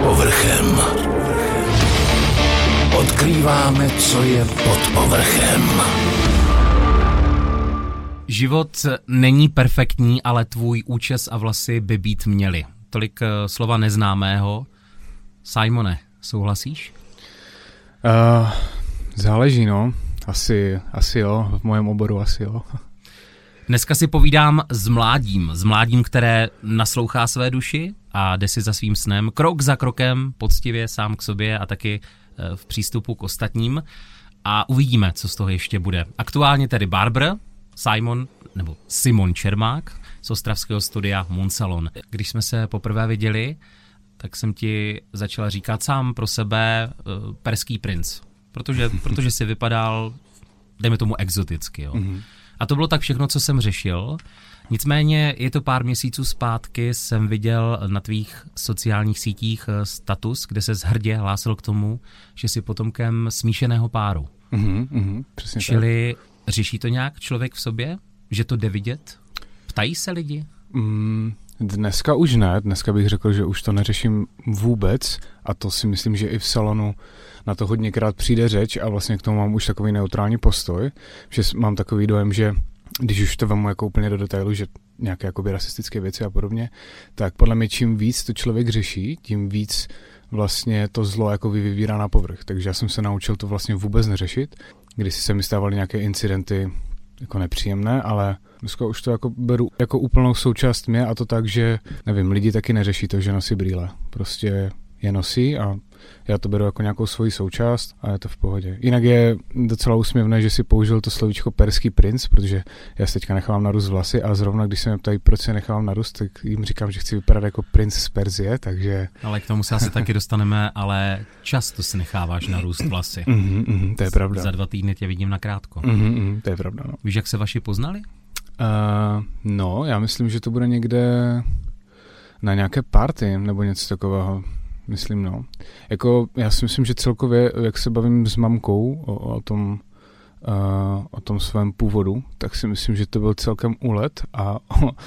povrchem. Odkrýváme, co je pod povrchem. Život není perfektní, ale tvůj účes a vlasy by být měly. Tolik slova neznámého. Simone, souhlasíš? Záleží, no. Asi jo, v mém oboru asi jo. Dneska si povídám s mládím, které naslouchá své duši a jde si za svým snem, krok za krokem, poctivě sám k sobě a taky v přístupu k ostatním. A uvidíme, co z toho ještě bude. Aktuálně tedy barber, Simon Čermák z ostravského studia Moon Salon. Když jsme se poprvé viděli, tak jsem ti začala říkat sám pro sebe perský princ, protože si vypadal, dejme tomu, exoticky. Jo. Mm-hmm. A to bylo tak všechno, co jsem řešil. Nicméně je to pár měsíců zpátky, jsem viděl na tvých sociálních sítích status, kde se hrdě hlásil k tomu, že jsi potomkem smíšeného páru. Přesně Čili tak. Řeší to nějak člověk v sobě, že to jde vidět? Ptají se lidi? Dneska už ne, dneska bych řekl, že už to neřeším vůbec a to si myslím, že i v salonu na to hodněkrát přijde řeč a vlastně k tomu mám už takový neutrální postoj, že mám takový dojem, že když už to vemu jako úplně do detailu, že nějaké jakoby rasistické věci a podobně, tak podle mě čím víc to člověk řeší, tím víc vlastně to zlo jako vyvírá na povrch. Takže já jsem se naučil to vlastně vůbec neřešit, když se mi stávaly nějaké incidenty jako nepříjemné, ale dneska už to jako beru jako úplnou součást mě a to tak, že nevím, lidi taky neřeší to, že nosí brýle. Prostě je nosí a já to beru jako nějakou svoji součást a je to v pohodě. Jinak je docela úsměvné, že si použil to slovíčko perský princ, protože já si teďka nechávám narůst vlasy a zrovna když se mě ptají, proč se nechávám narůst, tak jim říkám, že chci vypadat jako princ z Perzie, takže... Ale k tomu se asi taky dostaneme, ale často si necháváš narůst vlasy. To je pravda. Za 2 týdny tě vidím nakrátko. To je pravda, no. Víš, jak se vaši poznali? No, já myslím, že to bude někde na nějaké party nebo něco takového. Myslím, no. Jako, já si myslím, že celkově, jak se bavím s mamkou o tom svém původu, tak si myslím, že to byl celkem úlet a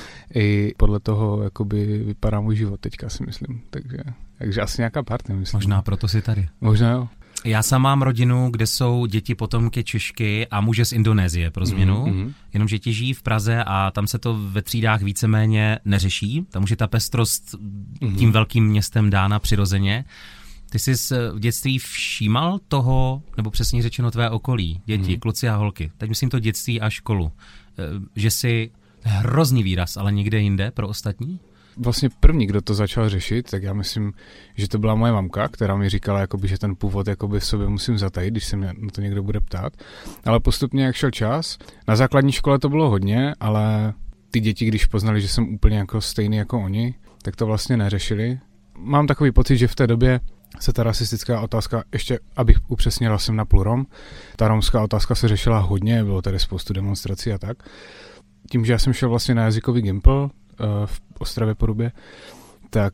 i podle toho jakoby vypadá můj život teďka, si myslím. Takže asi nějaká party, myslím. Možná proto jsi tady. Možná jo. Já sám mám rodinu, kde jsou děti potomky Češky a muže z Indonésie pro změnu, jenomže ti žijí v Praze a tam se to ve třídách víceméně neřeší. Tam už je ta pestrost tím velkým městem dána přirozeně. Ty jsi v dětství všímal toho, nebo přesně řečeno tvé okolí, děti, kluci a holky, teď myslím to dětství a školu, že jsi hrozný výraz, ale někde jinde pro ostatní? Vlastně první, kdo to začal řešit, tak já myslím, že to byla moje mamka, která mi říkala, jakoby, že ten původ jakoby v sobě musím zatajit, když se mě na to někdo bude ptát. Ale postupně, jak šel čas, na základní škole to bylo hodně, ale ty děti, když poznali, že jsem úplně jako stejný jako oni, tak to vlastně neřešili. Mám takový pocit, že v té době se ta rasistická otázka, ještě abych upřesnil, jsem napůl Rom, ta romská otázka se řešila hodně, bylo tady spoustu demonstrací a tak. Tím, že já jsem šel vlastně na jazykový gimpl v Ostravě Porubě, tak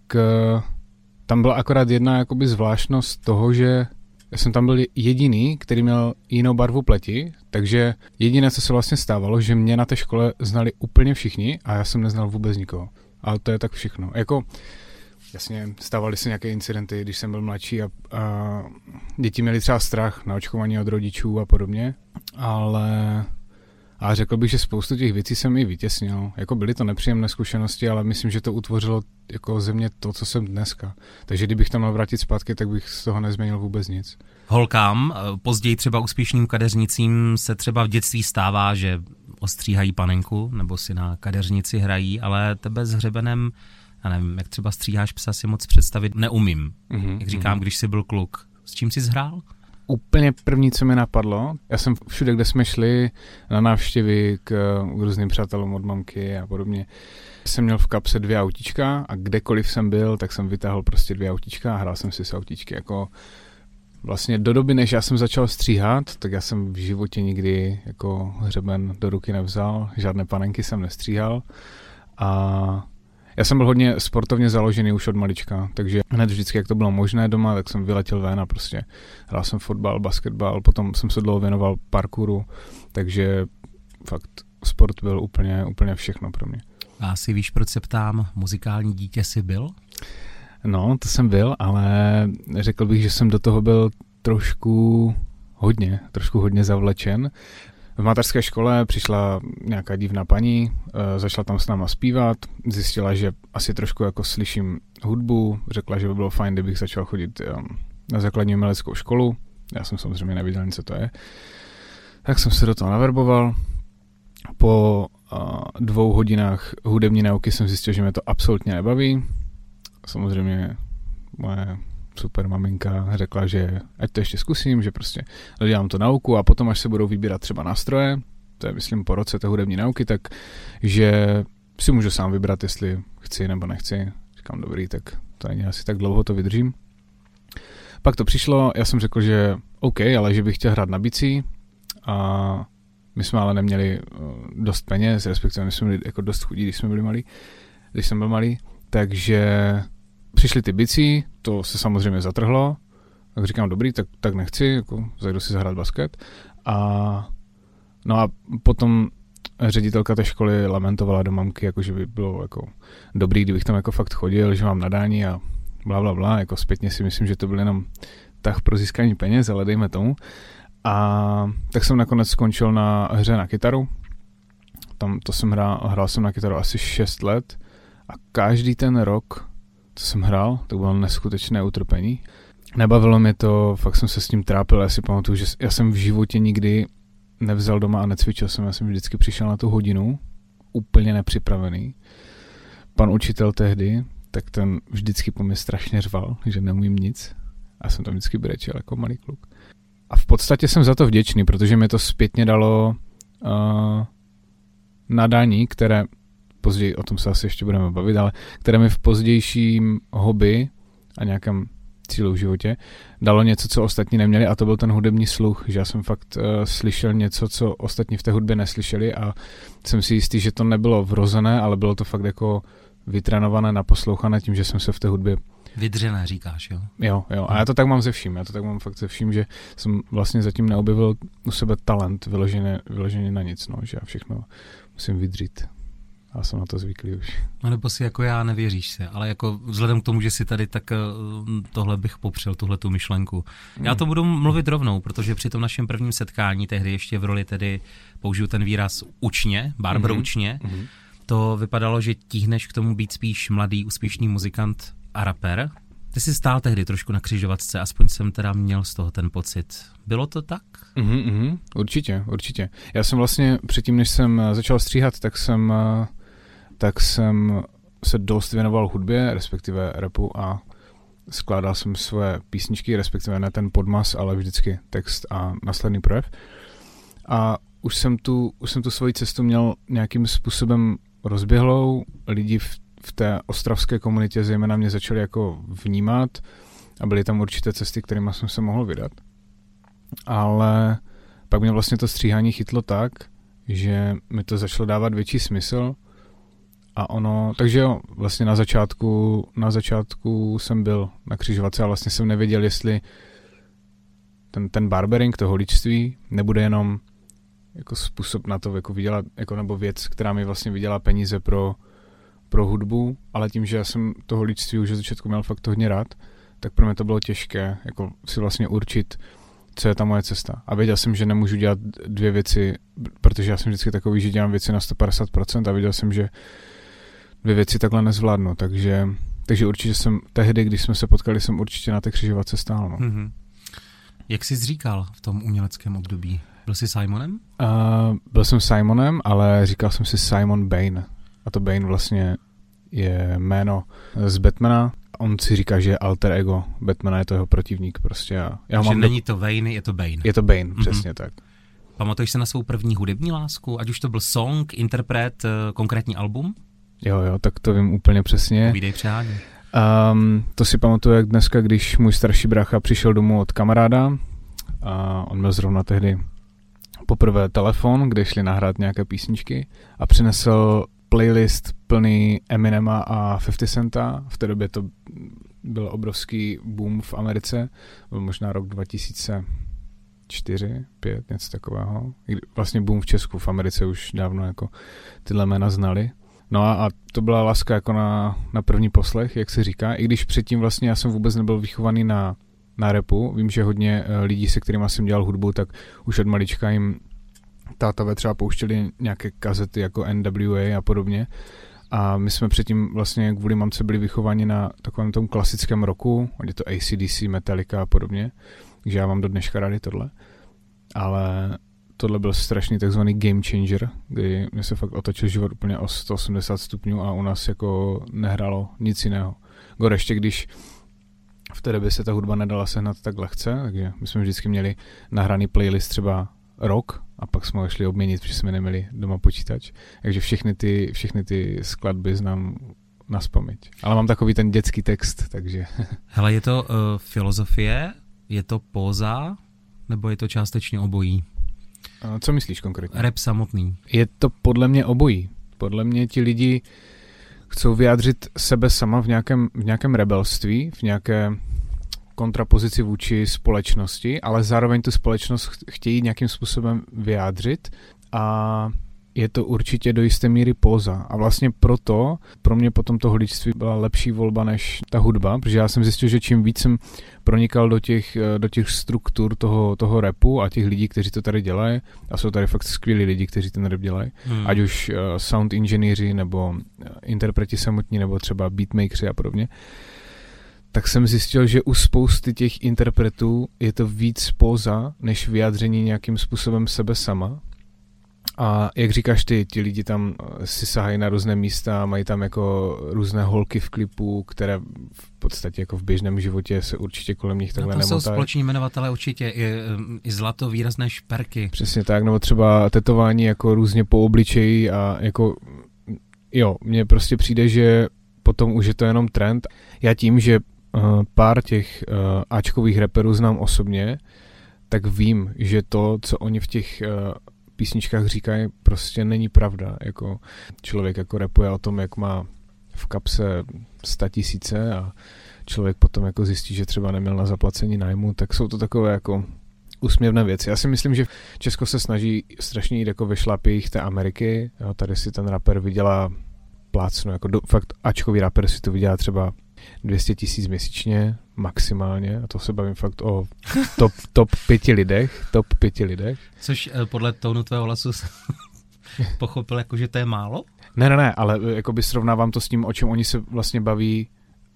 tam byla akorát jedna jakoby zvláštnost toho, že já jsem tam byl jediný, který měl jinou barvu pleti, takže jediné, co se vlastně stávalo, že mě na té škole znali úplně všichni a já jsem neznal vůbec nikoho. Ale to je tak všechno. Jako, jasně, stávaly se nějaké incidenty, když jsem byl mladší a děti měly třeba strach na očkování od rodičů a podobně, ale řekl bych, že spoustu těch věcí jsem i vytěsnil. Jako byly to nepříjemné zkušenosti, ale myslím, že to utvořilo jako ze mě to, co jsem dneska. Takže kdybych tam měl vrátit zpátky, tak bych z toho nezměnil vůbec nic. Holkám, později třeba úspěšným kadeřnicím se třeba v dětství stává, že ostříhají panenku nebo si na kadeřnici hrají, ale tebe s hřebenem, já nevím, jak třeba stříháš psa, si moc představit neumím. Jak říkám, když jsi byl kluk. S čím jsi hrál? Úplně první, co mi napadlo, já jsem všude, kde jsme šli na návštěvy k různým přátelům od mamky a podobně, jsem měl v kapse 2 autíčka a kdekoliv jsem byl, tak jsem vytáhl prostě 2 autíčka a hrál jsem si s autíčky. Jako vlastně do doby, než já jsem začal stříhat, tak já jsem v životě nikdy jako hřeben do ruky nevzal, žádné panenky jsem nestříhal a já jsem byl hodně sportovně založený už od malička, takže hned vždycky, jak to bylo možné doma, tak jsem vyletěl ven a prostě hrál jsem fotbal, basketbal, potom jsem se dlouho věnoval parkouru, takže fakt sport byl úplně všechno pro mě. A asi víš, proč se ptám, muzikální dítě jsi byl? No, to jsem byl, ale řekl bych, že jsem do toho byl trošku hodně zavlečen. V mateřské škole přišla nějaká divná paní, začala tam s náma zpívat, zjistila, že asi trošku jako slyším hudbu, řekla, že by bylo fajn, kdybych začal chodit na základní uměleckou školu. Já jsem samozřejmě nevěděl nic, co to je. Tak jsem se do toho naverboval. Po 2 hodinách hudební nauky jsem zjistil, že mě to absolutně nebaví. Samozřejmě moje super maminka řekla, že ať to ještě zkusím, že prostě dodělám tu nauku a potom, až se budou vybírat třeba nástroje, to je myslím po roce té hudební nauky, tak že si můžu sám vybrat, jestli chci nebo nechci. Říkám, dobrý, tak to není asi tak dlouho, to vydržím. Pak to přišlo, já jsem řekl, že OK, ale že bych chtěl hrát na bicí a my jsme ale neměli dost peněz, respektive my jsme byli jako dost chudí, když jsem byl malý, takže přišly ty bicí, to se samozřejmě zatrhlo, tak říkám, dobrý, tak nechci, jako zajdu si zahrát basket. No a potom ředitelka té školy lamentovala do mamky, jako že by bylo jako dobrý, kdybych tam jako fakt chodil, že mám nadání a blablabla, jako zpětně si myslím, že to byl jenom tah pro získání peněz, ale dejme tomu. A tak jsem nakonec skončil na hře na kytaru. Tam to jsem hrál jsem na kytaru asi 6 let a každý ten rok, co jsem hrál, to bylo neskutečné utrpení. Nebavilo mě to, fakt jsem se s tím trápil, já si pamatuju, že já jsem v životě nikdy nevzal doma a necvičil jsem, já jsem vždycky přišel na tu hodinu, úplně nepřipravený. Pan učitel tehdy, tak ten vždycky po mě strašně řval, že neumím nic. A jsem tam vždycky brečel jako malý kluk. A v podstatě jsem za to vděčný, protože mi to zpětně dalo nadání, které později, o tom se asi ještě budeme bavit, ale které mi v pozdějším hobby a nějakém cílu v životě dalo něco, co ostatní neměli, a to byl ten hudební sluch, že já jsem fakt slyšel něco, co ostatní v té hudbě neslyšeli, a jsem si jistý, že to nebylo vrozené, ale bylo to fakt jako vytrénované, naposlouchané tím, že jsem se v té hudbě vydřené, říkáš, jo? Jo. A já to tak mám ze vším. Fakt ze vším, že jsem vlastně zatím neobjevil u sebe talent vyloženě na nic, no, že já všechno musím vydřít. A jsem na to zvyklý už. No nebo si jako já nevěříš se, ale jako vzhledem k tomu, že si tady, tak tohle bych popřel, tuhletu myšlenku. Já to budu mluvit rovnou, protože při tom našem prvním setkání, tehdy ještě v roli tedy použiju ten výraz učně, barber učně, to vypadalo, že tíhneš k tomu být spíš mladý, úspěšný muzikant a rapper. Ty jsi stál tehdy trošku na křižovatce, aspoň jsem teda měl z toho ten pocit. Bylo to tak? Určitě. Já jsem vlastně předtím, než jsem začal stříhat, tak jsem se dost věnoval hudbě, respektive rapu, a skládal jsem svoje písničky, respektive ne ten podmas, ale vždycky text a následný projev. A už jsem tu svoji cestu měl nějakým způsobem rozběhlou. Lidi v té ostravské komunitě zejména mě začali jako vnímat a byly tam určité cesty, kterými jsem se mohl vydat. Ale pak mě vlastně to stříhání chytlo tak, že mi to začalo dávat větší smysl a takže jo, vlastně na začátku jsem byl na křižovatce a vlastně jsem nevěděl, jestli ten barbering, to holičství, nebude jenom jako způsob na to jako vydělat, jako nebo věc, která mi vlastně vydělá peníze pro hudbu, ale tím, že já jsem to holičství už od začátku měl fakt hodně rád, tak pro mě to bylo těžké jako si vlastně určit, co je ta moje cesta. A věděl jsem, že nemůžu dělat 2 věci, protože já jsem vždycky takový, že dělám věci na 150% a věděl jsem, že 2 věci takhle nezvládnu, takže určitě jsem tehdy, když jsme se potkali, jsem určitě na té křižovatce stál. No. Mm-hmm. Jak jsi říkal v tom uměleckém období? Byl jsi Simonem? Byl jsem Simonem, ale říkal jsem si Simon Bane. A to Bane vlastně je jméno z Batmana. On si říká, že je alter ego Batmana, je to jeho protivník prostě. Takže není to Wayne, je to Bane. Je to Bane, přesně tak. Pamatuješ se na svou první hudební lásku? Ať už to byl song, interpret, konkrétní album? Jo, tak to vím úplně přesně. Povídej přehání. To si pamatuju jak dneska, když můj starší brácha přišel domů od kamaráda. On měl zrovna tehdy poprvé telefon, kde šli nahrát nějaké písničky, a přinesl playlist plný Eminema a 50 Centa. V té době to byl obrovský boom v Americe. Byl možná rok 2004, 5, něco takového. Vlastně boom v Česku, v Americe už dávno jako tyhle jména znali. No a to byla láska jako na první poslech, jak se říká, i když předtím vlastně já jsem vůbec nebyl vychovaný na rapu. Vím, že hodně lidí, se kterými jsem dělal hudbu, tak už od malička jim tátové třeba pouštěli nějaké kazety jako NWA a podobně. A my jsme předtím vlastně kvůli mamce byli vychováni na takovém tom klasickém rocku, je to AC/DC, Metallica a podobně, takže já mám do dneška rádi tohle. Ale tohle byl strašný takzvaný game changer, kdy mě se fakt otočil život úplně o 180 stupňů a u nás jako nehrálo nic jiného. Gore ještě, když v té době se ta hudba nedala sehnat tak lehce, takže my jsme vždycky měli nahraný playlist třeba rock a pak jsme ho šli obměnit, protože jsme neměli doma počítač. Takže všechny ty skladby znám nazpaměť. Ale mám takový ten dětský text, takže... Hele, je to filozofie, je to póza, nebo je to částečně obojí? Co myslíš konkrétně? Rap samotný. Je to podle mě obojí. Podle mě ti lidi chcou vyjádřit sebe sama v nějakém rebelství, v nějaké kontrapozici vůči společnosti, ale zároveň tu společnost chtějí nějakým způsobem vyjádřit a je to určitě do jisté míry póza. A vlastně proto pro mě potom to holičství byla lepší volba než ta hudba, protože já jsem zjistil, že čím víc jsem pronikal do těch struktur toho rapu a těch lidí, kteří to tady dělají, a jsou tady fakt skvělí lidi, kteří ten rap dělají, ať už sound inženýři nebo interpreti samotní nebo třeba beatmakeri a podobně, tak jsem zjistil, že u spousty těch interpretů je to víc póza, než vyjádření nějakým způsobem sebe sama. A jak říkáš ty, ti lidi tam si sahají na různé místa, mají tam jako různé holky v klipu, které v podstatě jako v běžném životě se určitě kolem nich takhle nemotají. To jsou společní jmenovatele určitě, i zlato, výrazné šperky. Přesně tak, nebo třeba tetování jako různě po obličeji a jako, jo, mně prostě přijde, že potom už je to jenom trend. Já tím, že pár těch áčkových raperů znám osobně, tak vím, že to, co oni v těch písničkách říkají, prostě není pravda. Jako člověk jako rapuje o tom, jak má v kapse 100 000 a člověk potom jako zjistí, že třeba neměl na zaplacení nájmu, tak jsou to takové jako úsměvné věci. Já si myslím, že Česko se snaží strašně jít jako ve šlapích té Ameriky. Jo, tady si ten rapper vydělá plácnu, jako fakt ačkový rapper si to vydělá třeba 200 000 měsíčně, maximálně, a to se bavím fakt o top 5 lidech. Což podle tónu tvého hlasu pochopil, jako, že to je málo? Ne, ale jakoby srovnávám to s tím, o čem oni se vlastně baví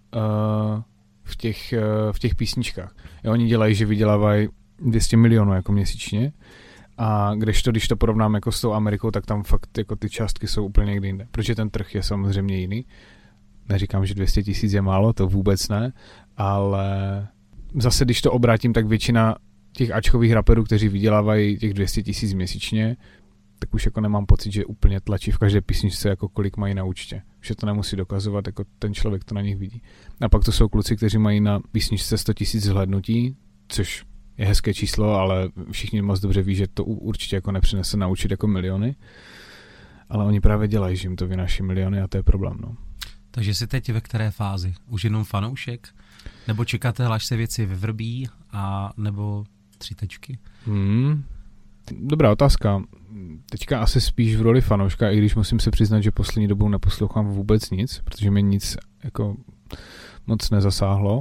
v těch písničkách. Jo, oni dělají, že vydělávají 200 milionů jako měsíčně, a když to porovnám jako s tou Amerikou, tak tam fakt jako ty částky jsou úplně někde jinde. Protože ten trh je samozřejmě jiný. Neříkám, že 200 000 je málo, to vůbec ne, ale zase, když to obrátím, tak většina těch ačkových raperů, kteří vydělávají těch 200 000 měsíčně, tak už jako nemám pocit, že úplně tlačí v každé písničce, jako kolik mají na účtě. Že to nemusí dokazovat, jako ten člověk to na nich vidí. A pak to jsou kluci, kteří mají na písničce 100 000 zhlédnutí, což je hezké číslo, ale všichni moc dobře ví, že to určitě jako nepřinese na účet jako miliony. Ale oni právě dělají, že jim to vynáší miliony a to je problém, no. Takže jsi teď ve které fázi? Už jenom fanoušek? Nebo čekáte, až se věci vyvrbí? A nebo 3 tečky? Dobrá otázka. Teďka asi spíš v roli fanouška, i když musím se přiznat, že poslední dobou neposlouchám vůbec nic, protože mě nic jako moc nezasáhlo.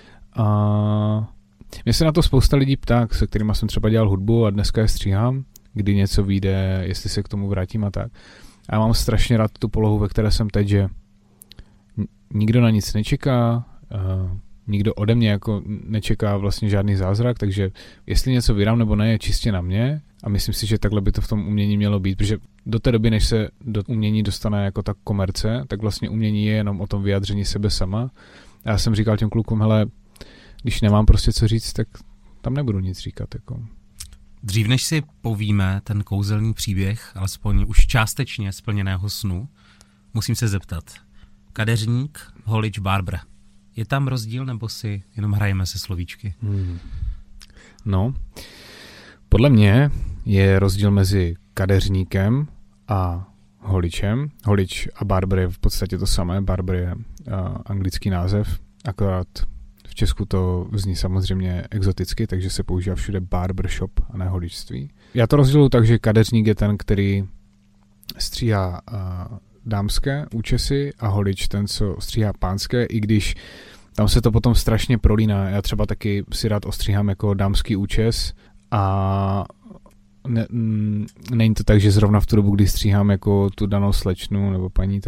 A mě se na to spousta lidí ptá, se kterýma jsem třeba dělal hudbu a dneska je stříhám, kdy něco vyjde, jestli se k tomu vrátím a tak. A já mám strašně rád tu polohu, ve které jsem teď, že nikdo na nic nečeká, nikdo ode mě jako nečeká vlastně žádný zázrak, takže jestli něco vydám nebo ne, je čistě na mě a myslím si, že takhle by to v tom umění mělo být, protože do té doby, než se do umění dostane jako ta komerce, tak vlastně umění je jenom o tom vyjádření sebe sama. A já jsem říkal těm klukům, hele, když nemám prostě co říct, tak tam nebudu nic říkat. Jako. Dřív než si povíme ten kouzelný příběh, alespoň už částečně splněného snu, musím se zeptat. Kadeřník, holič, barber. Je tam rozdíl, nebo si jenom hrajeme se slovíčky? No, podle mě je rozdíl mezi kadeřníkem a holičem. Holič a barber je v podstatě to samé. Barber je anglický název, akorát v Česku to zní samozřejmě exoticky, takže se používá všude barbershop a ne holičství. Já to rozděluji tak, že kadeřník je ten, který stříhá dámské účesy a holič ten, co stříhá pánské, i když tam se to potom strašně prolíná. Já třeba taky si rád ostříhám jako dámský účes a není to tak, že zrovna v tu dobu, kdy stříhám jako tu danou slečnu nebo paní,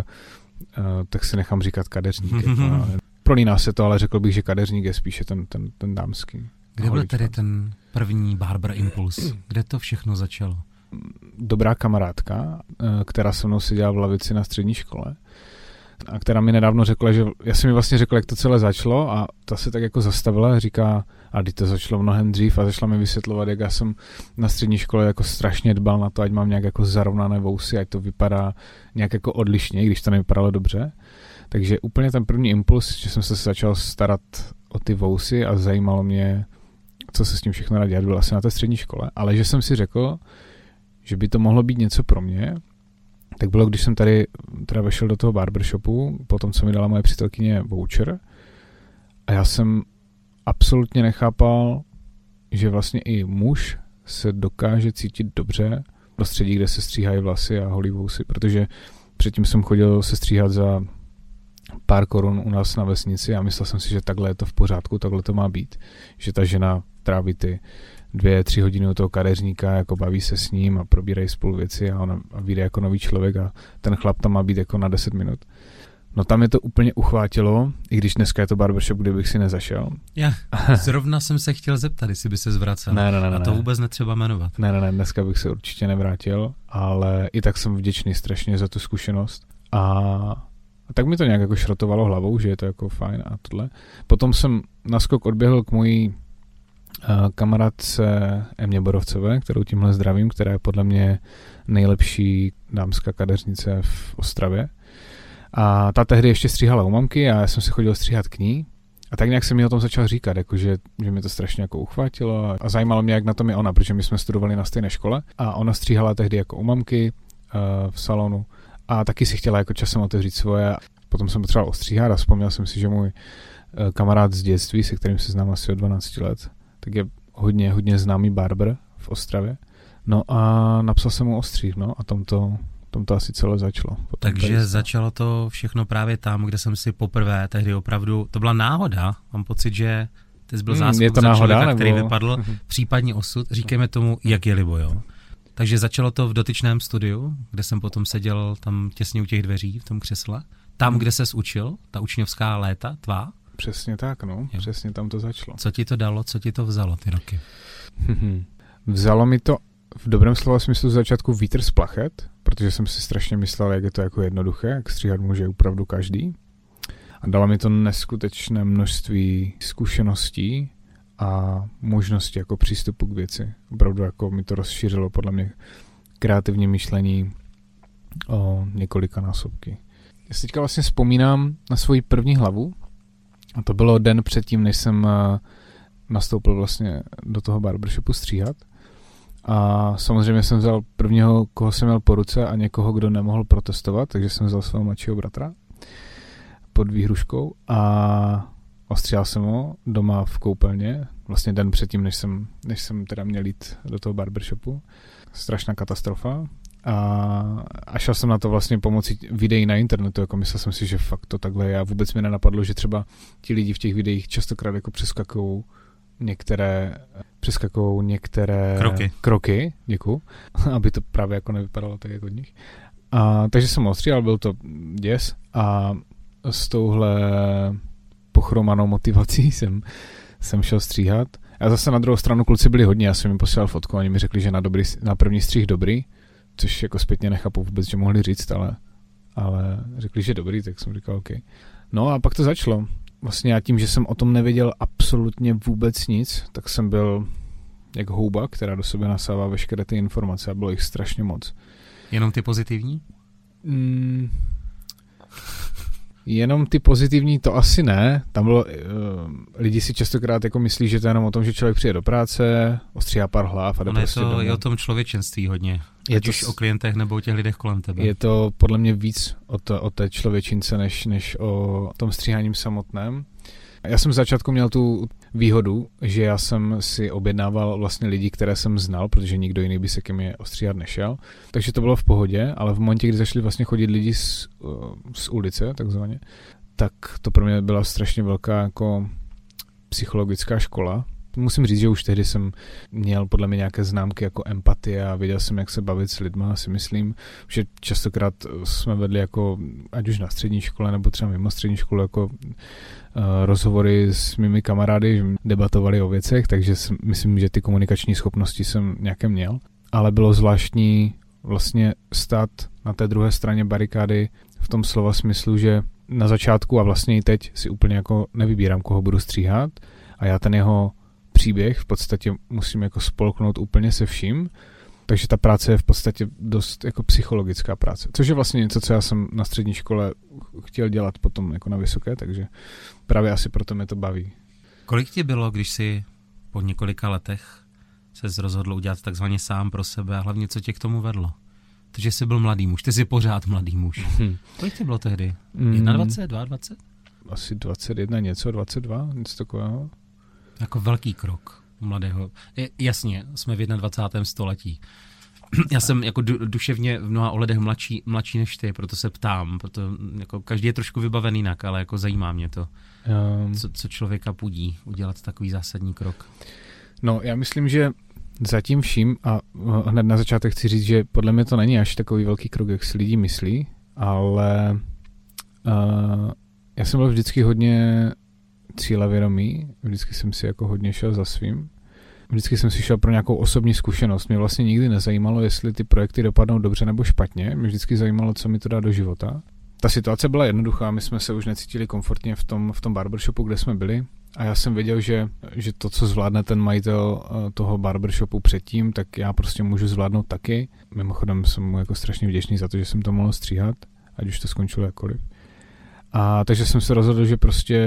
tak si nechám říkat kadeřník. Jako, prolíná se to, ale řekl bych, že kadeřník je spíše ten dámský. Kde byl tedy ten první barber impuls? Kde to všechno začalo? Dobrá kamarádka, která se mnou seděla v lavici na střední škole a která mi nedávno řekla, že já jsem mi vlastně řekl, jak to celé začalo a ta se tak jako zastavila a říká, a když to začalo mnohem dřív a začala mi vysvětlovat, jak já jsem na střední škole jako strašně dbal na to, ať mám nějak jako zarovnané vousy, ať to vypadá nějak jako odlišně, když to nevypadalo dobře. Takže úplně ten první impuls, že jsem se začal starat o ty vousy a zajímalo mě, co se s tím všechno dá dělat, byl asi na té střední škole, ale že jsem si řekl, že by to mohlo být něco pro mě, tak bylo, když jsem tady teda vešel do toho barbershopu, potom co mi dala moje přítelkyně voucher a já jsem absolutně nechápal, že vlastně i muž se dokáže cítit dobře v prostředí, kde se stříhají vlasy a holí vousy, protože předtím jsem chodil se stříhat za pár korun u nás na vesnici a myslel jsem si, že takhle je to v pořádku, takhle to má být, že ta žena tráví ty 2-3 hodiny u toho kadeřníka, jako baví se s ním a probírají spolu věci a vyjde jako nový člověk a ten chlap tam má být jako na 10 minut. No tam je to úplně uchvátilo, i když dneska je to barbershop, kde bych si nezašel. Já zrovna jsem se chtěl zeptat, jestli by se zvracel. Ne, a to vůbec netřeba jmenovat. Ne, dneska bych se určitě nevrátil, ale i tak jsem vděčný strašně za tu zkušenost. A tak mi to nějak jako šrotovalo hlavou, že je to jako fajn a tohle. Potom jsem naskok odběhl k mojí kamarádce Emě Borovcové, kterou tímhle zdravím, která je podle mě nejlepší dámská kadeřnice v Ostravě. A ta tehdy ještě stříhala u mamky a já jsem si chodil stříhat k ní. A tak nějak jsem mi o tom začal říkat, jakože, že mi to strašně jako uchvátilo a zajímalo mě, jak na tom je ona, protože my jsme studovali na stejné škole a ona stříhala tehdy jako u mamky v salonu a taky si chtěla jako časem otevřít svoje. Potom jsem potřeboval ostříhat a vzpomněl jsem si, že můj kamarád z dětství, se kterým se znám asi od 12 let, tak je hodně známý barber v Ostravě. No a napsal jsem mu ostřih, no a tom to asi celé začalo. Takže začalo to všechno právě tam, kde jsem si poprvé tehdy opravdu, to byla náhoda, mám pocit, že ty jsi byl záskok za člověka, který vypadl, případně osud, říkejme tomu, jak je libo, jo. Takže začalo to v dotyčném studiu, kde jsem potom seděl tam těsně u těch dveří v tom křesle. Tam, kde ses učil, ta učňovská léta tvá? Přesně tak, no. Jo. Přesně tam to začalo. Co ti to dalo, co ti to vzalo ty roky? Vzalo mi to v dobrém slova smyslu z začátku vítr z plachet, protože jsem si strašně myslel, jak je to jako jednoduché, jak stříhat může opravdu každý. A dalo mi to neskutečné množství zkušeností a možnosti jako přístupu k věci. Opravdu jako mi to rozšířilo podle mě kreativní myšlení o několika násobky. Já si teďka vlastně vzpomínám na svoji první hlavu a to bylo den předtím, než jsem nastoupil vlastně do toho barbershopu stříhat. A samozřejmě jsem vzal prvního, koho jsem měl po ruce a někoho, kdo nemohl protestovat, takže jsem vzal svého mladšího bratra pod výhruškou a ostříhal jsem ho doma v koupelně, vlastně den předtím, než jsem teda měl jít do toho barbershopu. Strašná katastrofa. A šel jsem na to vlastně pomocí videí na internetu, jako myslel jsem si, že fakt to takhle je a vůbec mi nenapadlo, že třeba ti lidi v těch videích častokrát jako přeskakují některé kroky, děkuju, aby to právě jako nevypadalo tak jako od nich. Takže jsem ostříhal, byl to děs a s touhle pochromanou motivací jsem šel stříhat. A zase na druhou stranu kluci byli hodně, já jsem jim posílal fotku, oni mi řekli, že na první střih dobrý, což jako zpětně nechápu vůbec, že mohli říct, ale řekli, že dobrý, tak jsem říkal OK. No a pak to začalo. Vlastně já tím, že jsem o tom nevěděl absolutně vůbec nic, tak jsem byl jak houba, která do sebe nasává veškeré ty informace a bylo jich strašně moc. Jenom ty pozitivní? Jenom ty pozitivní to asi ne. Tam bylo, lidi si častokrát jako myslí, že to je jenom o tom, že člověk přijde do práce, ostříhá pár hlav a jde prostě domů. Je o tom člověčenství hodně. Ať už o klientech nebo o těch lidech kolem tebe. Je to podle mě víc o té člověčince, než o tom stříháním samotném. Já jsem v začátku měl tu výhodu, že já jsem si objednával vlastně lidi, které jsem znal, protože nikdo jiný by se ke mně ostříhat nešel. Takže to bylo v pohodě, ale v momentě, kdy začali vlastně chodit lidi z ulice, takzvaně, tak to pro mě byla strašně velká jako psychologická škola. Musím říct, že už tehdy jsem měl podle mě nějaké známky jako empatie a věděl jsem, jak se bavit s lidma, si myslím, že častokrát jsme vedli jako, ať už na střední škole nebo třeba mimo střední školu, jako rozhovory s mými kamarády, že debatovali o věcech, takže myslím, že ty komunikační schopnosti jsem nějaké měl, ale bylo zvláštní vlastně stát na té druhé straně barikády v tom slova smyslu, že na začátku a vlastně i teď si úplně jako nevybírám, koho budu stříhat a já ten jeho příběh v podstatě musím jako spolknout úplně se vším, takže ta práce je v podstatě dost jako psychologická práce, což je vlastně něco, co já jsem na střední škole chtěl dělat potom jako na vysoké, takže právě asi proto mě to baví. Kolik ti bylo, když jsi po několika letech se rozhodl udělat takzvaně sám pro sebe a hlavně co tě k tomu vedlo? Takže jsi byl mladý muž, ty jsi pořád mladý muž. Kolik ti bylo tehdy? 21, 22? Asi 21 něco, 22, něco takového. Jako velký krok mladého. Jasně, jsme v 21. století. Já jsem jako duševně v mnoha ohledech mladší než ty, proto se ptám, proto jako každý je trošku vybavený jinak, ale jako zajímá mě to, co člověka pudí udělat takový zásadní krok. No, já myslím, že zatím vším, a hned na začátek chci říct, že podle mě to není až takový velký krok, jak si lidi myslí, ale já jsem byl vždycky hodně cílevědomý, vždycky jsem si jako hodně šel za svým. Vždycky jsem si šel pro nějakou osobní zkušenost. Mě vlastně nikdy nezajímalo, jestli ty projekty dopadnou dobře nebo špatně. Mě vždycky zajímalo, co mi to dá do života. Ta situace byla jednoduchá, my jsme se už necítili komfortně v tom barbershopu, kde jsme byli. A já jsem věděl, že to, co zvládne ten majitel toho barbershopu předtím, tak já prostě můžu zvládnout taky. Mimochodem jsem mu jako strašně vděčný za to, že jsem to mohl stříhat, ať už to skončilo jakkoliv. A takže jsem se rozhodl, že prostě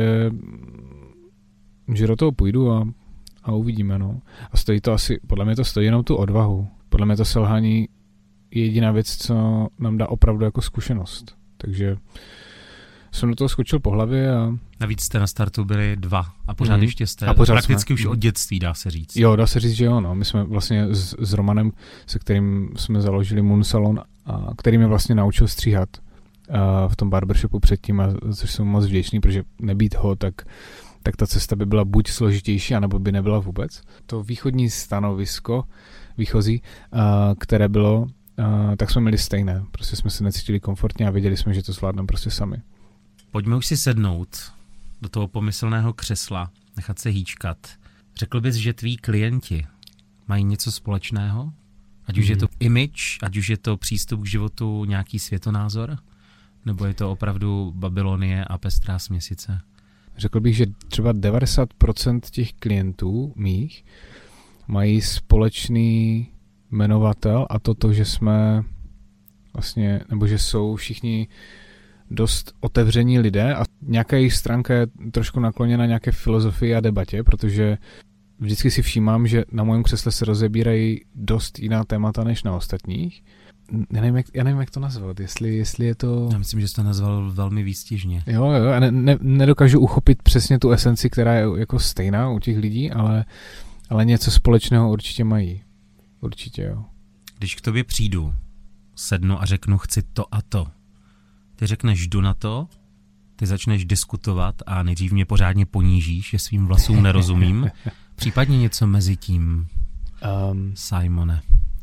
že do toho půjdu a uvidíme, no. A stojí to asi, podle mě to stojí jenom tu odvahu. Podle mě to selhání je jediná věc, co nám dá opravdu jako zkušenost. Takže jsem do toho skočil po hlavě a... Navíc jste na startu byli 2 a pořád ještě jste prakticky už od dětství, dá se říct. Jo, dá se říct, že jo, no. My jsme vlastně s Romanem, se kterým jsme založili Moon Salon, a který mě vlastně naučil stříhat v tom barbershopu předtím, a což jsem moc vděčný, protože nebýt ho, tak ta cesta by byla buď složitější, anebo by nebyla vůbec. To východní stanovisko, výchozí, které bylo, tak jsme měli stejné. Prostě jsme se necítili komfortně a věděli jsme, že to zvládneme prostě sami. Pojďme už si sednout do toho pomyslného křesla, nechat se hýčkat. Řekl bys, že tví klienti mají něco společného? Ať už je to image, ať už je to přístup k životu, nějaký světonázor? Nebo je to opravdu Babylonie a pestrá směsice? Řekl bych, že třeba 90% těch klientů mých mají společný jmenovatel, a to, že jsme vlastně, nebo že jsou všichni dost otevření lidé a nějaká jejich stránka je trošku nakloněna nějaké filozofii a debatě, protože vždycky si všímám, že na mém křesle se rozebírají dost jiná témata než na ostatních. Já nevím, jak to nazvat, jestli je to... Já myslím, že jsi to nazval velmi výstižně. Jo, já nedokážu uchopit přesně tu esenci, která je jako stejná u těch lidí, ale něco společného určitě mají. Určitě, jo. Když k tobě přijdu, sednu a řeknu, chci to a to, ty řekneš, jdu na to, ty začneš diskutovat a nejdřív mě pořádně ponížíš, že svým vlasům nerozumím, případně něco mezi tím, Simone.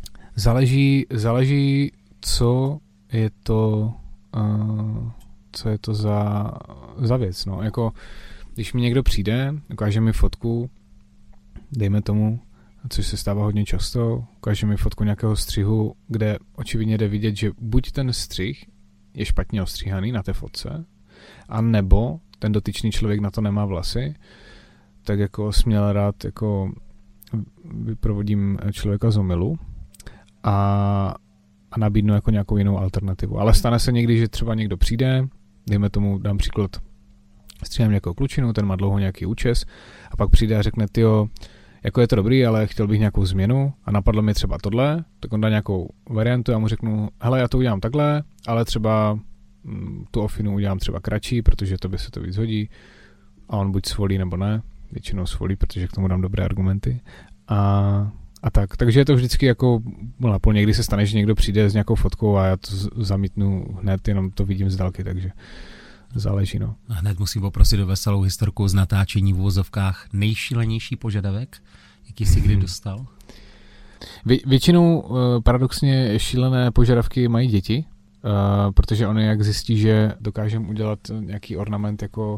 Záleží, co je to za věc, no. Jako, když mi někdo přijde, ukáže mi fotku, dejme tomu, což se stává hodně často, ukáže mi fotku nějakého střihu, kde očividně jde vidět, že buď ten střih je špatně ostříhaný na té fotce, a nebo ten dotyčný člověk na to nemá vlasy, tak jako směl rád jako vyprovodím člověka z omylu a nabídnu jako nějakou jinou alternativu. Ale stane se někdy, že třeba někdo přijde, dejme tomu, dám příklad, stříhám nějakou klučinu, ten má dlouho nějaký účes a pak přijde a řekne, tyjo, jako je to dobrý, ale chtěl bych nějakou změnu a napadlo mi třeba tohle, tak on dá nějakou variantu a mu řeknu, hele, já to udělám takhle, ale třeba tu ofinu udělám třeba kratší, protože to by se to víc hodí. a on buď svolí nebo ne, většinou svolí, protože k tomu dám dobré argumenty a tak. Takže je to vždycky jako po někdy se stane, že někdo přijde s nějakou fotkou a já to zamítnu hned, jenom to vidím z dálky, takže záleží, no. A hned musím poprosit o veselou historku z natáčení v uvozovkách. Nejšílenější požadavek, jaký jsi kdy dostal? Většinou paradoxně šílené požadavky mají děti, protože oni jak zjistí, že dokážeme udělat nějaký ornament jako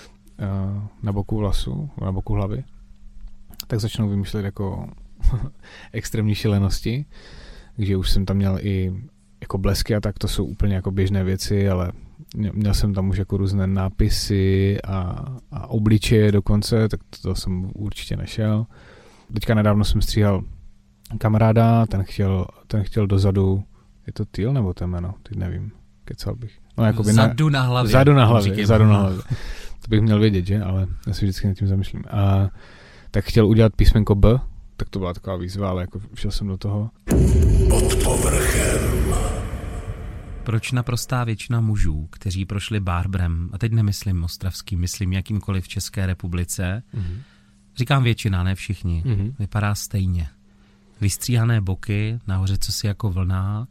na boku vlasu, na boku hlavy, tak začnou vymýšlet jako extrémní šílenosti, takže už jsem tam měl i jako blesky a tak, to jsou úplně jako běžné věci, ale měl jsem tam už jako různé nápisy a obličeje dokonce, tak to jsem určitě nešel. Teďka nedávno jsem stříhal kamaráda, ten chtěl dozadu, je to Týl nebo to jméno, teď nevím, kecal bych. No, jakoby Zadu na hlavě. Zadu na hlavě. To bych měl vědět, že? Ale já si vždycky nad tím zamýšlím. A tak chtěl udělat písmenko B, tak to byla taková výzva, ale jako šel jsem do toho. Pod povrchem. Proč naprostá většina mužů, kteří prošli barberem, a teď nemyslím ostravským, myslím jakýmkoliv v České republice, říkám většina, ne všichni, vypadá stejně. Vystříhané boky, nahoře cosi jako vlna.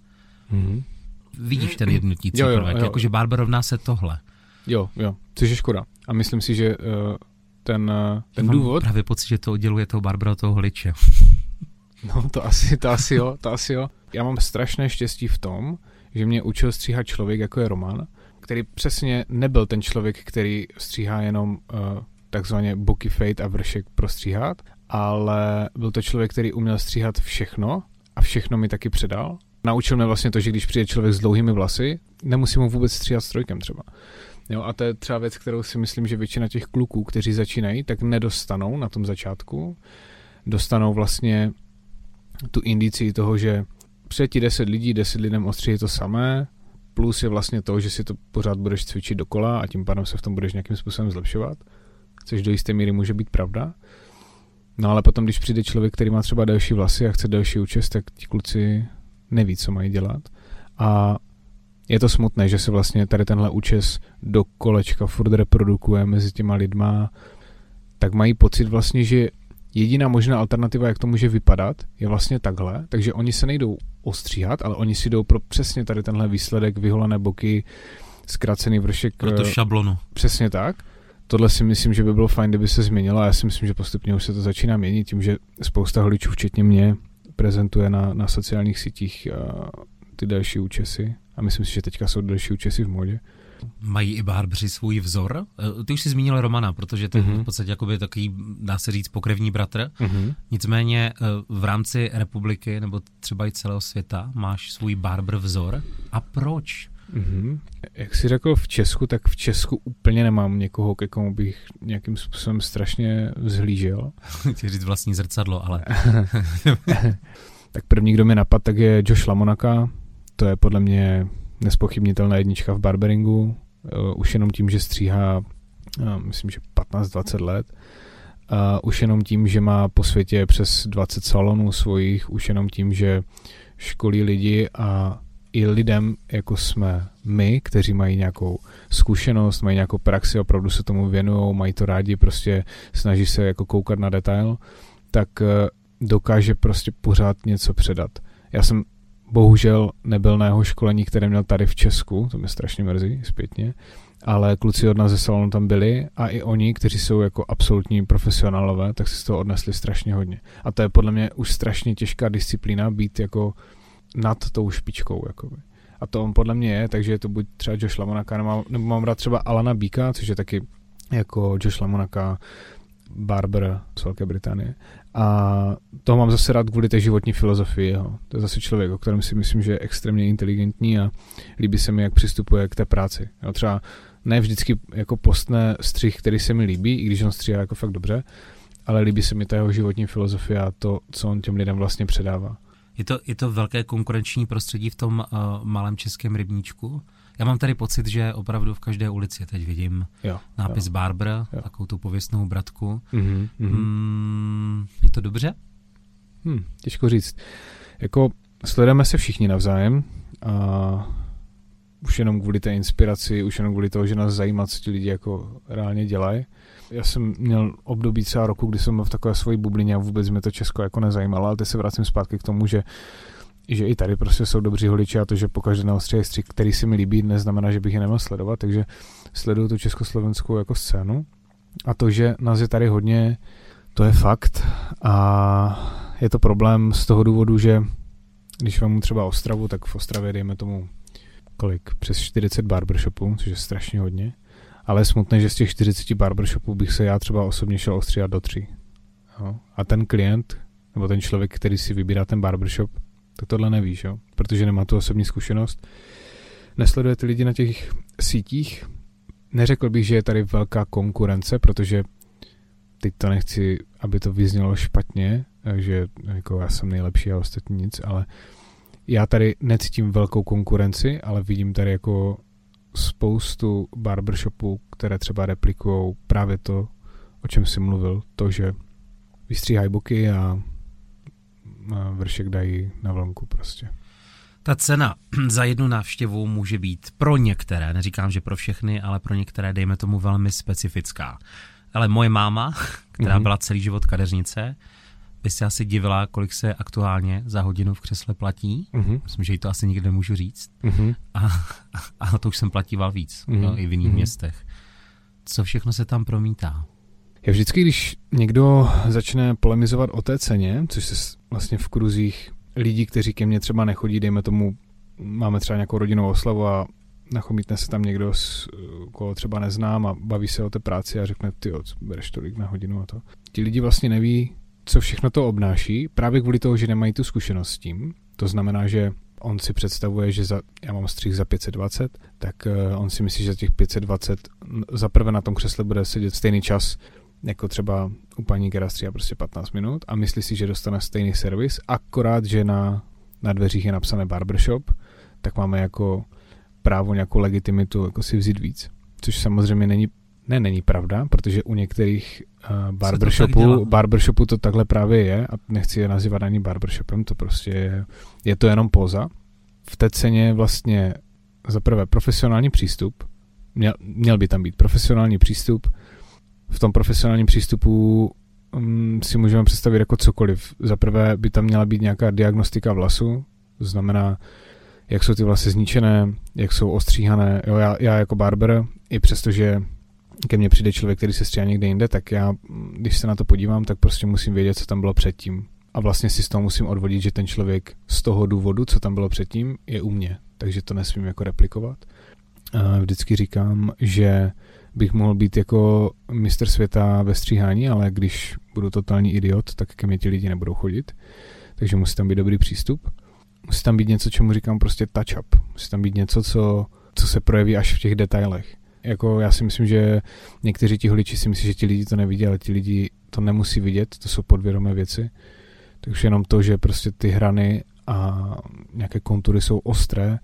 Vidíš ten jednotící prvek, jakože barber rovná se tohle. Jo, což je škoda. A myslím si, že ten důvod... Právě pocit, že to odděluje toho barbera od toho holiče. No to asi jo. Já mám strašné štěstí v tom, že mě učil stříhat člověk, jako je Roman, který přesně nebyl ten člověk, který stříhá jenom takzvaně boky fade a vršek prostříhat, ale byl to člověk, který uměl stříhat všechno a všechno mi taky předal. Naučil mě vlastně to, že když přijde člověk s dlouhými vlasy, nemusím mu vůbec stříhat strojkem třeba. Jo, a to je třeba věc, kterou si myslím, že většina těch kluků, kteří začínají, tak nedostanou na tom začátku. Dostanou vlastně tu indici toho, že před 10 lidí, 10 lidem ostří je to samé, plus je vlastně to, že si to pořád budeš cvičit dokola a tím pádem se v tom budeš nějakým způsobem zlepšovat, což do jisté míry může být pravda. No ale potom, když přijde člověk, který má třeba delší vlasy a chce delší účes, tak ti kluci neví, co mají dělat. A je to smutné, že se vlastně tady tenhle účes do kolečka furt reprodukuje mezi těma lidma, tak mají pocit vlastně, že jediná možná alternativa, jak to může vypadat, je vlastně takhle, takže oni se nejdou ostříhat, ale oni si jdou pro přesně tady tenhle výsledek, vyholené boky, zkrácený vršek. Pro to šablonu. Přesně tak. Tohle si myslím, že by bylo fajn, kdyby se změnilo a já si myslím, že postupně už se to začíná měnit tím, že spousta holičů, včetně mě, prezentuje na sociálních sítích ty další účesy a myslím si, že teďka jsou další účesy v módě. Mají i barbři svůj vzor? Ty už jsi zmínil Romana, protože to je v podstatě jakoby takový, dá se říct, pokrevní bratr. Nicméně v rámci republiky nebo třeba i celého světa máš svůj barber vzor. A proč? Jak jsi řekl v Česku, tak v Česku úplně nemám někoho, ke komu bych nějakým způsobem strašně vzhlížel. Chci říct vlastní zrcadlo, ale... Tak první, kdo mi napadl, tak je Josh Lamonaka. To je podle mě nespochybnitelná jednička v barberingu. Už jenom tím, že stříhá, myslím, že 15-20 let. Už jenom tím, že má po světě přes 20 salonů svojich. Už jenom tím, že školí lidi a i lidem, jako jsme my, kteří mají nějakou zkušenost, mají nějakou praxi, opravdu se tomu věnují, mají to rádi, prostě snaží se jako koukat na detail, tak dokáže prostě pořád něco předat. Já jsem bohužel nebyl na jeho školení, které měl tady v Česku, to mě strašně mrzí zpětně, ale kluci od nás ze salonu tam byli a i oni, kteří jsou jako absolutní profesionálové, tak si z toho odnesli strašně hodně. A to je podle mě už strašně těžká disciplína být jako nad tou špičkou, jakoby. A to on podle mě je, takže je to buď třeba Josh Lamonaka, nebo mám rád třeba Alana Beaka, což je taky jako Josh Lamonaka, barber z Velké Británie. A toho mám zase rád kvůli té životní filozofii jeho. To je zase člověk, o kterém si myslím, že je extrémně inteligentní a líbí se mi, jak přistupuje k té práci. Jo, třeba ne vždycky jako postne střih, který se mi líbí, i když on stříhá jako fakt dobře, ale líbí se mi ta jeho životní filozofie a to, co on těm lidem vlastně předává. Je to velké konkurenční prostředí v tom malém českém rybníčku? Já mám tady pocit, že opravdu v každé ulici teď vidím nápis Barber, takovou tu pověstnou bratku. Je to dobře? Těžko říct. Jako sledujeme se všichni navzájem a už jenom kvůli té inspiraci, už jenom kvůli toho, že nás zajímá, co ti lidi jako reálně dělají. Já jsem měl období třeba roku, kdy jsem byl v takové svojí bublině a vůbec mě to Česko jako nezajímalo, ale teď se vracím zpátky k tomu, že i tady prostě jsou dobří holiči a to, že pokaždé naostřejí střih, který si mi líbí, neznamená, že bych je neměl sledovat, takže sleduju tu československou jako scénu a to, že nás je tady hodně, to je fakt a je to problém z toho důvodu, že když vám třeba Ostravu, tak v Ostravě dejme tomu přes 40 barbershopů, což je strašně hodně, ale je smutné, že z těch 40 barbershopů bych se já třeba osobně šel ostříhat do 3. Jo? A ten klient, nebo ten člověk, který si vybírá ten barbershop, tak tohle nevíš, jo? Protože nemá tu osobní zkušenost. Nesleduje ty lidi na těch sítích. Neřekl bych, že je tady velká konkurence, protože teď to nechci, aby to vyznělo špatně, že jako já jsem nejlepší a ostatní nic, ale já tady necítím velkou konkurenci, ale vidím tady jako spoustu barbershopů, které třeba replikují právě to, o čem jsi mluvil, to, že vystříhají boky a vršek dají na vlnku prostě. Ta cena za jednu návštěvu může být pro některé, neříkám, že pro všechny, ale pro některé, dejme tomu, velmi specifická. Ale moje máma, která byla celý život kadeřnice, by se asi divila, kolik se aktuálně za hodinu v křesle platí. Myslím, že jí to asi nikdy nemůžu říct. A to už jsem platíval víc, i v jiných městech. Co všechno se tam promítá? Já vždycky, když někdo začne polemizovat o té ceně, což se vlastně v kruzích lidí, kteří ke mně třeba nechodí, dejme tomu, máme třeba nějakou rodinnou oslavu a nachomítne se tam někdo, koho třeba neznám a baví se o té práci a řekne, tyjo, bereš tolik na hodinu a to. Ti lidi vlastně neví, co všechno to obnáší, právě kvůli toho, že nemají tu zkušenost s tím. To znamená, že on si představuje, že já mám střih za 520, tak on si myslí, že za těch 520 zaprvé na tom křesle bude sedět stejný čas, jako třeba u paní, která stříhá prostě 15 minut a myslí si, že dostane stejný servis, akorát, že na dveřích je napsané barbershop, tak máme jako právo nějakou legitimitu jako si vzít víc. Což samozřejmě není pravda, protože u některých barbershopů to takhle právě je a nechci je nazývat ani barbershopem, to prostě je to jenom póza. V té ceně vlastně za prvé profesionální přístup, měl by tam být profesionální přístup. V tom profesionálním přístupu si můžeme představit jako cokoliv. Za prvé by tam měla být nějaká diagnostika vlasu, to znamená, jak jsou ty vlasy zničené, jak jsou ostříhané. Jo, já jako barber, i přestože ke mně přijde člověk, který se stříhá někde jinde, tak já, když se na to podívám, tak prostě musím vědět, co tam bylo předtím. A vlastně si z toho musím odvodit, že ten člověk z toho důvodu, co tam bylo předtím, je u mě. Takže to nesmím jako replikovat. Vždycky říkám, že bych mohl být jako mistr světa ve stříhání, ale když budu totální idiot, tak ke mně ti lidi nebudou chodit. Takže musí tam být dobrý přístup. Musí tam být něco, čemu říkám prostě touch-up. Musí tam být něco, co se projeví až v těch detailech. Jako já si myslím, že někteří ti holiči si myslí, že ti lidi to nevidí, ale ti lidi to nemusí vidět, to jsou podvědomé věci. Takže jenom to, že prostě ty hrany a nějaké kontury jsou ostré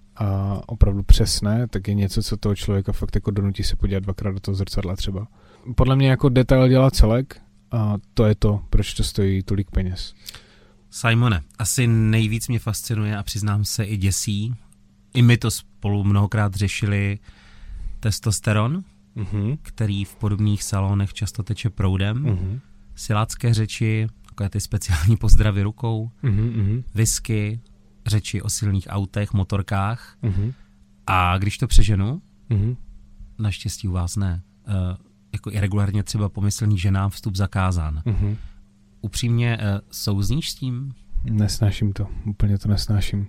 a opravdu přesné, tak je něco, co toho člověka fakt jako donutí se podívat dvakrát do toho zrcadla třeba. Podle mě jako detail dělá celek a to je to, proč to stojí tolik peněz. Simone, asi nejvíc mě fascinuje a přiznám se i děsí. I my to spolu mnohokrát řešili testosteron, který v podobných salonech často teče proudem. Silácké řeči, takové ty speciální pozdravy rukou, whisky, řeči o silných autech, motorkách. A když to přeženu, naštěstí u vás ne, jako i regulárně třeba pomyslný ženám vstup zakázán. Upřímně souzníš s tím? Nesnáším to, úplně to nesnáším.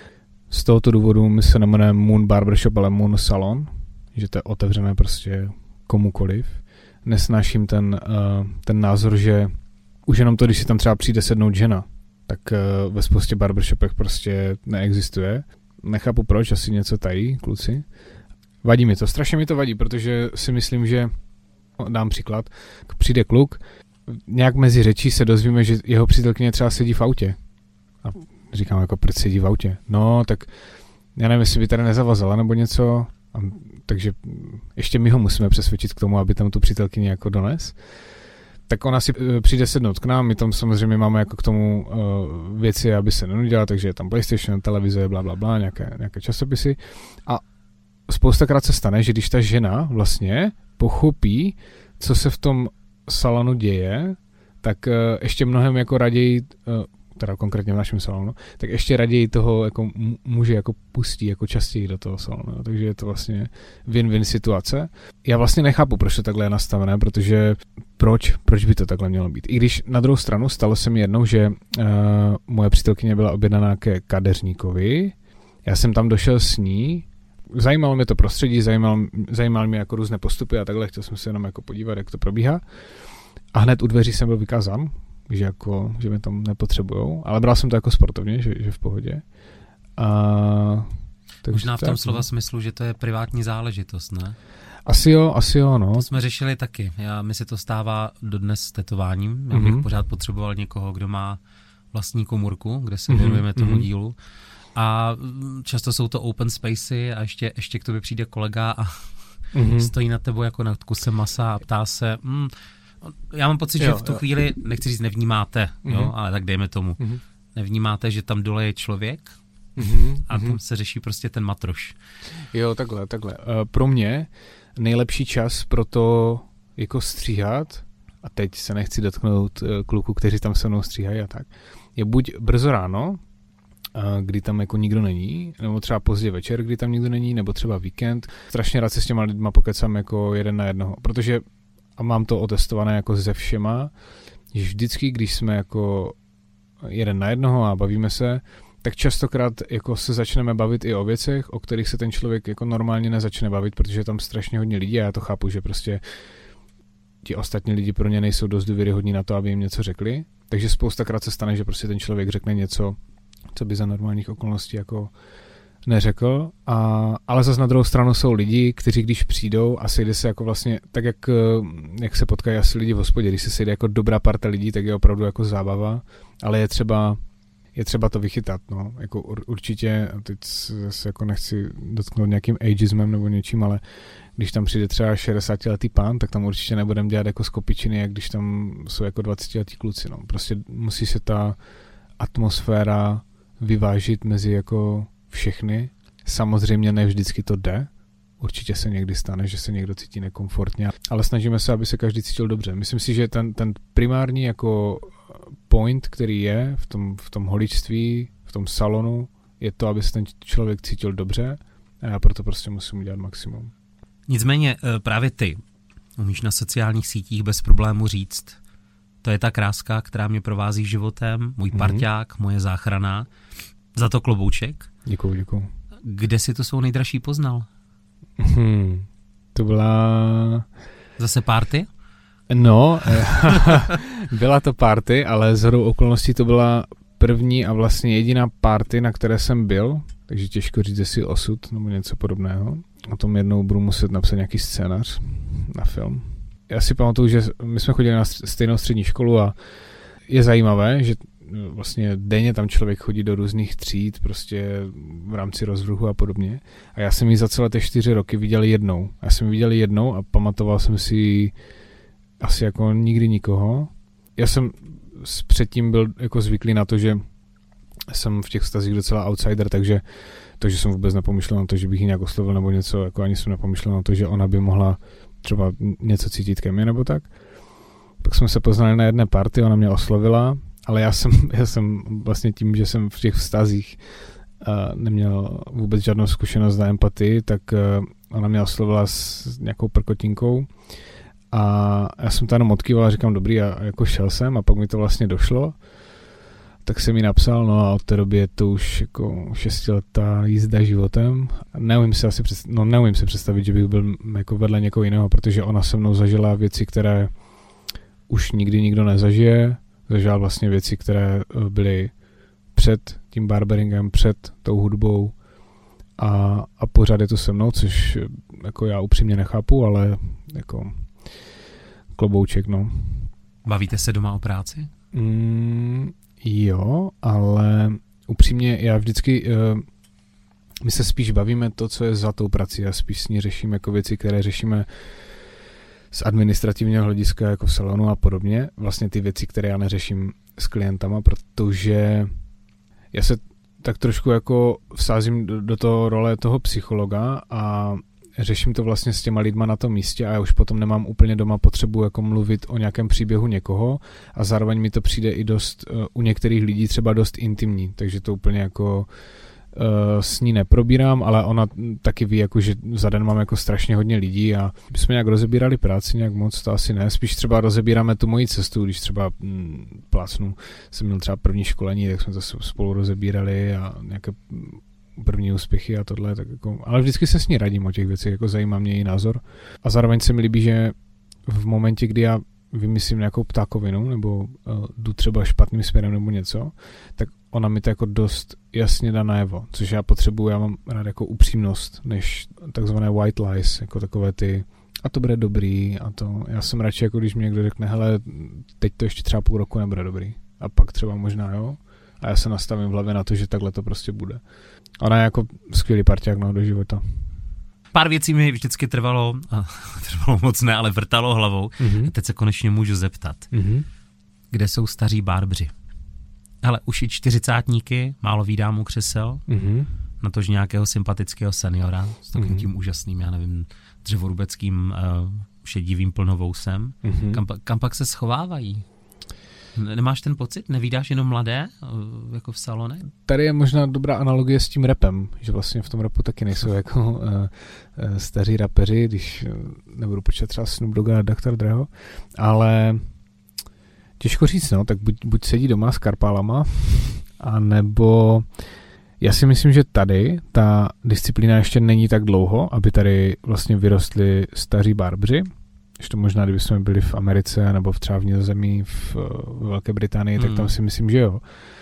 Z tohoto důvodu my se nemenujeme Moon Barbershop, ale Moon Salon, že to je otevřené prostě komukoliv. Nesnáším ten názor, že už jenom to, když si tam třeba přijde sednout žena, tak ve spoustě barbershopech prostě neexistuje. Nechápu proč, asi něco tají, kluci. Vadí mi to, strašně mi to vadí, protože si myslím, že, dám příklad, přijde kluk, nějak mezi řečí se dozvíme, že jeho přítelkyně třeba sedí v autě. A říkám, jako proč sedí v autě? No, tak já nevím, jestli by tady nezavazala nebo něco, takže ještě my ho musíme přesvědčit k tomu, aby tam tu přítelkyni jako dones. tak ona si přijde sednout k nám, my tam samozřejmě máme jako k tomu věci, aby se nenudila, takže je tam PlayStation, televize, blablabla, nějaké časopisy a spoustakrát se stane, že když ta žena vlastně pochopí, co se v tom salonu děje, tak ještě mnohem jako raději, teda konkrétně v našem salonu, tak ještě raději toho jako muže jako pustí jako častěji do toho salonu. Takže je to vlastně win-win situace. Já vlastně nechápu, proč to takhle je nastavené, protože proč by to takhle mělo být. I když na druhou stranu stalo se mi jednou, že moje přítelkyně byla objednaná ke kadeřníkovi, já jsem tam došel s ní, zajímalo mě to prostředí, zajímalo mě jako různé postupy a takhle, chtěl jsem se jenom jako podívat, jak to probíhá. A hned u dveří jsem byl vykázán, že mě tam nepotřebujou, ale bral jsem to jako sportovně, že v pohodě. Možná v tom slova smyslu, že to je privátní záležitost, ne? Asi jo, no. To jsme řešili taky. Mi se to stává dodnes s tetováním. Já bych pořád potřeboval někoho, kdo má vlastní komůrku, kde se věnujeme tomu dílu. A často jsou to open spacey a ještě k tobě přijde kolega a stojí na tebou jako nad kusem masa a ptá se, já mám pocit, že v tu chvíli, nechci říct nevnímáte, jo, ale tak dejme tomu, nevnímáte, že tam dole je člověk a tam se řeší prostě ten matroš. Jo, takhle. Pro mě nejlepší čas pro to jako stříhat, a teď se nechci dotknout kluků, kteří tam se mnou stříhají a tak, je buď brzo ráno, kdy tam jako nikdo není, nebo třeba pozdě večer, kdy tam nikdo není, nebo třeba víkend. Strašně rád se s těma lidma pokecám jako jeden na jednoho, protože a mám to otestované jako ze všema, že vždycky, když jsme jako jeden na jednoho a bavíme se, tak častokrát jako se začneme bavit i o věcech, o kterých se ten člověk jako normálně nezačne bavit, protože je tam strašně hodně lidí a já to chápu, že prostě ti ostatní lidi pro ně nejsou dost důvěryhodní na to, aby jim něco řekli. Takže spoustakrát se stane, že prostě ten člověk řekne něco, co by za normálních okolností jako neřekl, ale zase na druhou stranu jsou lidi, kteří když přijdou a sejde se jako vlastně, tak jak se potkají asi lidi v hospodě, když se sejde jako dobrá parta lidí, tak je opravdu jako zábava, ale je třeba to vychytat, no, jako určitě, teď se jako nechci dotknout nějakým ageismem nebo něčím, ale když tam přijde třeba 60letý pán, tak tam určitě nebudeme dělat jako skopičiny, jak když tam jsou jako 20letí kluci, no, prostě musí se ta atmosféra vyvážit mezi jako všechny. Samozřejmě ne vždycky to jde. Určitě se někdy stane, že se někdo cítí nekomfortně, ale snažíme se, aby se každý cítil dobře. Myslím si, že ten primární jako point, který je v tom holičství, v tom salonu, je to, aby se ten člověk cítil dobře a já proto prostě musím udělat maximum. Nicméně právě ty umíš na sociálních sítích bez problému říct, to je ta kráska, která mě provází životem, můj parťák, moje záchrana. Za to klobouček. Děkuju. Kde si tu svou nejdražší poznal? To byla... Zase party? No, byla to party, ale shodou okolností to byla první a vlastně jediná party, na které jsem byl, takže těžko říct, jestli osud nebo něco podobného. O tom jednou budu muset napsat nějaký scénář na film. Já si pamatuju, že my jsme chodili na stejnou střední školu a je zajímavé, že vlastně denně tam člověk chodí do různých tříd, prostě v rámci rozvrhu a podobně. A já jsem ji za celé ty 4 roky viděl jednou. A pamatoval jsem si asi jako nikdy nikoho. Já jsem předtím byl jako zvyklý na to, že jsem v těch vztazích docela outsider, takže jsem vůbec nepomýšlel na to, že bych ji nějak oslovil nebo něco, jako ani jsem nepomýšlel na to, že ona by mohla třeba něco cítit ke mně nebo tak. Pak jsme se poznali na jedné party, ona mě oslovila, ale já jsem vlastně tím, že jsem v těch vztazích neměl vůbec žádnou zkušenost na empatii, tak ona mě oslovila s nějakou prkotinkou a já jsem to jenom odkýval a říkám dobrý a jako šel jsem a pak mi to vlastně došlo. Tak jsem mi napsal, no a od té doby je to už jako 6letá jízda životem. Neumím se představit, že bych byl jako vedle někoho jiného, protože ona se mnou zažila věci, které už nikdy nikdo nezažije. Zažila vlastně věci, které byly před tím barberingem, před tou hudbou a pořád je to se mnou, což jako já upřímně nechápu, ale jako klobouček, no. Bavíte se doma o práci? Jo, ale upřímně já vždycky, my se spíš bavíme to, co je za tou prací a spíš s ní řešíme jako věci, které řešíme z administrativního hlediska jako v salonu a podobně, vlastně ty věci, které já neřeším s klientama, protože já se tak trošku jako vsázím do toho role toho psychologa a řeším to vlastně s těma lidma na tom místě a já už potom nemám úplně doma potřebu jako mluvit o nějakém příběhu někoho a zároveň mi to přijde i dost u některých lidí třeba dost intimní, takže to úplně jako s ní neprobírám, ale ona taky ví, jako, že za den mám jako strašně hodně lidí a my jsme nějak rozebírali práci, nějak moc to asi ne, spíš třeba rozebíráme tu moji cestu, když třeba plácnu, jsem měl třeba první školení, tak jsme to spolu rozebírali a nějaké první úspěchy a tohle, tak jako, ale vždycky se s ní radím o těch věcech, jako zajímá mě její názor a zároveň se mi líbí, že v momentě, kdy já vymyslím nějakou ptákovinu nebo jdu třeba špatným směrem nebo něco, tak ona mi to jako dost jasně dá najevo, což já potřebuji, já mám rád jako upřímnost, než takzvané white lies, jako takové ty a to bude dobrý a to, já jsem radši jako když mi někdo řekne, hele, teď to ještě třeba půl roku nebude dobrý a pak třeba možná jo a já se nastavím v hlavě na to, že takhle to prostě bude. Ona je jako skvělý parťák do života. Pár věcí mi vždycky trvalo moc ne, ale vrtalo hlavou. A teď se konečně můžu zeptat. Kde jsou staří bárbři? Hele, už i 40átníky, málo vídám u křesel, natož nějakého sympatického seniora s takovým tím úžasným, já nevím, dřevorubeckým šedivým plnovousem. Kam pak se schovávají? Nemáš ten pocit? Nevídáš jenom mladé, jako v salone? Tady je možná dobrá analogie s tím rapem, že vlastně v tom rapu taky nejsou jako staří rapeři, když nebudu počítat třeba Snoop Dogga a Dr. Dreho, ale těžko říct, no, tak buď sedí doma s karpálama, anebo já si myslím, že tady ta disciplína ještě není tak dlouho, aby tady vlastně vyrostli staří barbři. Ještě možná, kdyby jsme byli v Americe nebo třeba v Nizozemí, v Velké Británii, tak tam si myslím, že jo.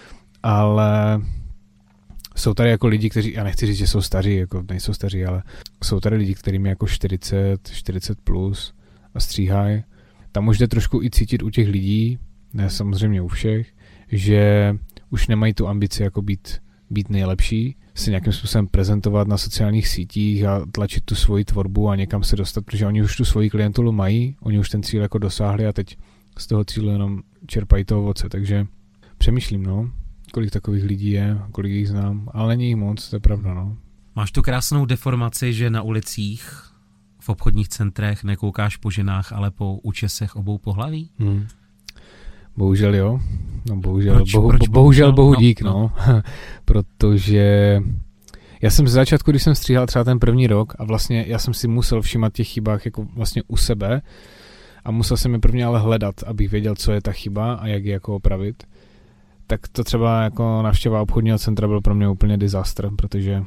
Ale jsou tady jako lidi, kteří, já nechci říct, že jsou staří, jako nejsou staří, ale jsou tady lidi, kterým je jako 40 plus a stříhají. Tam už jde trošku i cítit u těch lidí, ne samozřejmě u všech, že už nemají tu ambici jako být nejlepší, se nějakým způsobem prezentovat na sociálních sítích a tlačit tu svoji tvorbu a někam se dostat, protože oni už tu svoji klientelu mají, oni už ten cíl jako dosáhli a teď z toho cíle jenom čerpají to ovoce, takže přemýšlím, no, kolik takových lidí je, kolik jich znám, ale není jich moc, to je pravda, no. Máš tu krásnou deformaci, že na ulicích, v obchodních centrech nekoukáš po ženách, ale po účesech obou pohlaví? Bohužel jo. No bohužel bohu dík, no. Protože já jsem z začátku, když jsem stříhal třeba ten první rok a vlastně já jsem si musel všímat těch chybách jako vlastně u sebe a musel jsem je prvně ale hledat, abych věděl, co je ta chyba a jak ji jako opravit. Tak to třeba jako návštěva obchodního centra byl pro mě úplně disaster, protože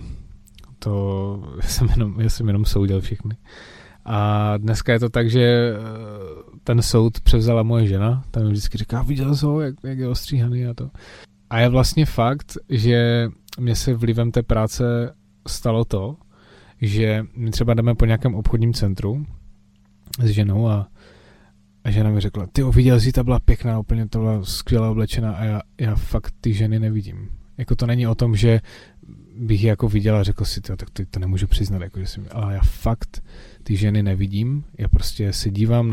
to já jsem jenom soudil všechny. A dneska je to tak, že ten soud převzala moje žena, tam mi vždycky říká, viděl jsi ho, jak je ostříhaný a to. A je vlastně fakt, že mě se vlivem té práce stalo to, že my třeba jdeme po nějakém obchodním centru s ženou a žena mi řekla, ty viděl jsi, ta byla pěkná, úplně to byla skvěle oblečená a já fakt ty ženy nevidím. Jako to není o tom, že bych ji jako viděl a řekl si, tak to nemůžu přiznat, jako, že jsem, ale já fakt ty ženy nevidím, já prostě se dívám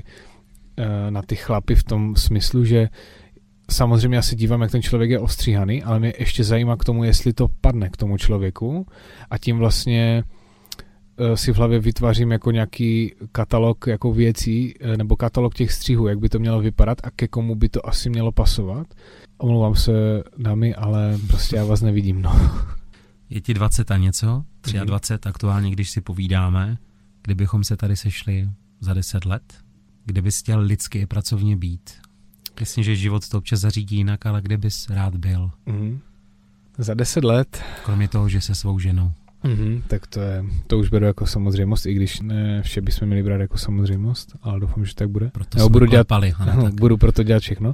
na ty chlapy v tom smyslu, že samozřejmě já se dívám, jak ten člověk je ostříhaný, ale mě ještě zajímá k tomu, jestli to padne k tomu člověku a tím vlastně si v hlavě vytvářím jako nějaký katalog jako věcí nebo katalog těch střihů, jak by to mělo vypadat a ke komu by to asi mělo pasovat. Omlouvám se, dámy, ale prostě já vás nevidím, no. Je ti 20 a něco? 23 aktuálně, když si povídáme, kdybychom se tady sešli za 10 let, kde bys chtěl lidsky i pracovně být? Jasně, že život to občas zařídí jinak, ale kde bys rád byl? Za 10 let? Kromě toho, že se svou ženou. Tak to už beru jako samozřejmost, i když ne vše bychom měli brát jako samozřejmost, ale doufám, že tak bude. Budu proto dělat všechno.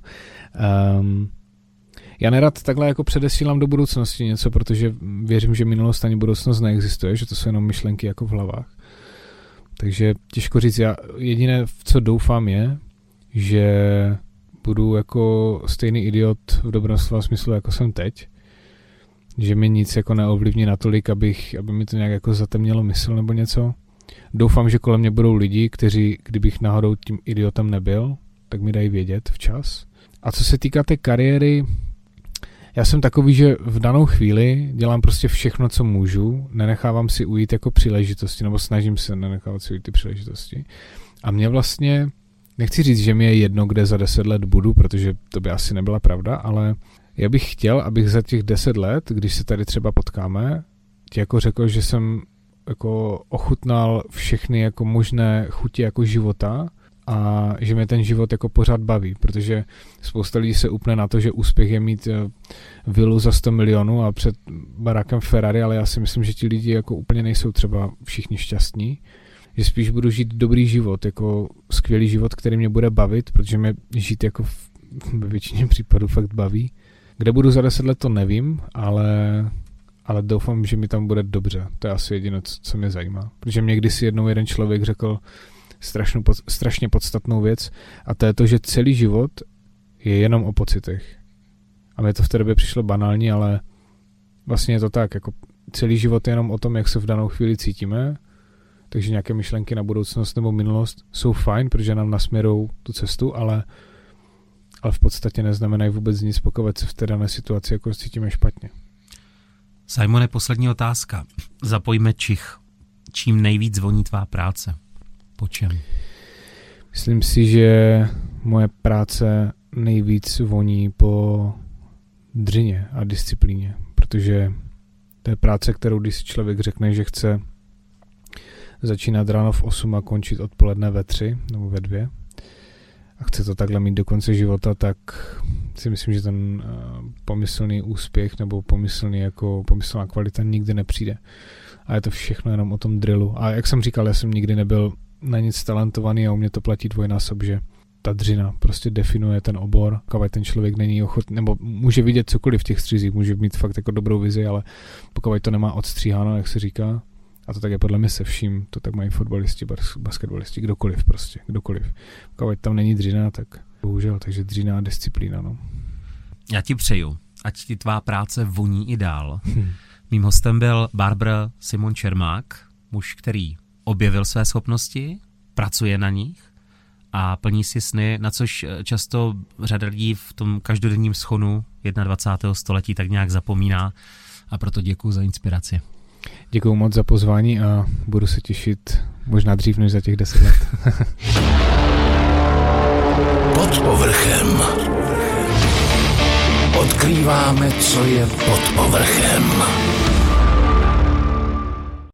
Já nerad takhle jako předesílám do budoucnosti něco, protože věřím, že minulost ani budoucnost neexistuje, že to jsou jenom myšlenky jako v hlavách. Takže těžko říct, já jediné, v co doufám je, že budu jako stejný idiot v dobrém slova smyslu, jako jsem teď, že mi nic jako neovlivní natolik, aby mi to nějak jako zatemnilo mysl nebo něco, doufám, že kolem mě budou lidi, kteří, kdybych náhodou tím idiotem nebyl, tak mi dají vědět včas. A co se týká té kariéry, já jsem takový, že v danou chvíli dělám prostě všechno, co můžu, nenechávám si ujít jako příležitosti, nebo snažím se nenechávat si ujít ty příležitosti. A mě vlastně, nechci říct, že mi je jedno, kde za 10 let budu, protože to by asi nebyla pravda, ale já bych chtěl, abych za těch 10 let, když se tady třeba potkáme, ti jako řekl, že jsem jako ochutnal všechny jako možné chuti jako života a že mě ten život jako pořád baví, protože spousta lidí se upne na to, že úspěch je mít vilu za 100 milionů a před barákem Ferrari, ale já si myslím, že ti lidi jako úplně nejsou třeba všichni šťastní, že spíš budu žít dobrý život, jako skvělý život, který mě bude bavit, protože mě žít jako ve většině případů fakt baví. Kde budu za 10 let, to nevím, ale doufám, že mi tam bude dobře. To je asi jediné, co mě zajímá. Protože mě kdysi jednou jeden člověk řekl strašně podstatnou věc a to je to, že celý život je jenom o pocitech. A mě to v té době přišlo banální, ale vlastně je to tak, jako celý život je jenom o tom, jak se v danou chvíli cítíme, takže nějaké myšlenky na budoucnost nebo minulost jsou fajn, protože nám nasměrou tu cestu, ale v podstatě neznamenají vůbec nic, pokud se v té dané situaci jako cítíme špatně. Simone, poslední otázka. Zapojme čich. Čím nejvíc voní tvá práce? Po čem? Myslím si, že moje práce nejvíc voní po dřině a disciplíně, protože to je práce, kterou když si člověk řekne, že chce začínat ráno v 8 a končit odpoledne ve 3 nebo ve 2 a chce to takhle mít do konce života, tak si myslím, že ten pomyslný úspěch nebo pomyslná kvalita nikdy nepřijde. A je to všechno jenom o tom drillu. A jak jsem říkal, já jsem nikdy nebyl na nic talentovaný a u mě to platí dvojnásob, že ta dřina prostě definuje ten obor, pokud ten člověk není ochotný, nebo může vidět cokoliv v těch střízích, může mít fakt jako dobrou vizi, ale pokud to nemá odstříháno, jak se říká, a to tak je podle mě se vším, to tak mají fotbalisti, basketbalisti, kdokoliv. Pokud tam není dřina, tak bohužel, takže dřina a disciplína, no. Já ti přeju, ať ti tvá práce voní i dál. Mým hostem byl barber Simon Čermák, muž, který objevil své schopnosti, pracuje na nich a plní si sny, na což často řada lidí v tom každodenním schonu 21. století tak nějak zapomíná, a proto děkuji za inspiraci. Děkuji moc za pozvání a budu se těšit možná dřív než za těch 10 let. Pod povrchem. Odkrýváme, co je pod povrchem.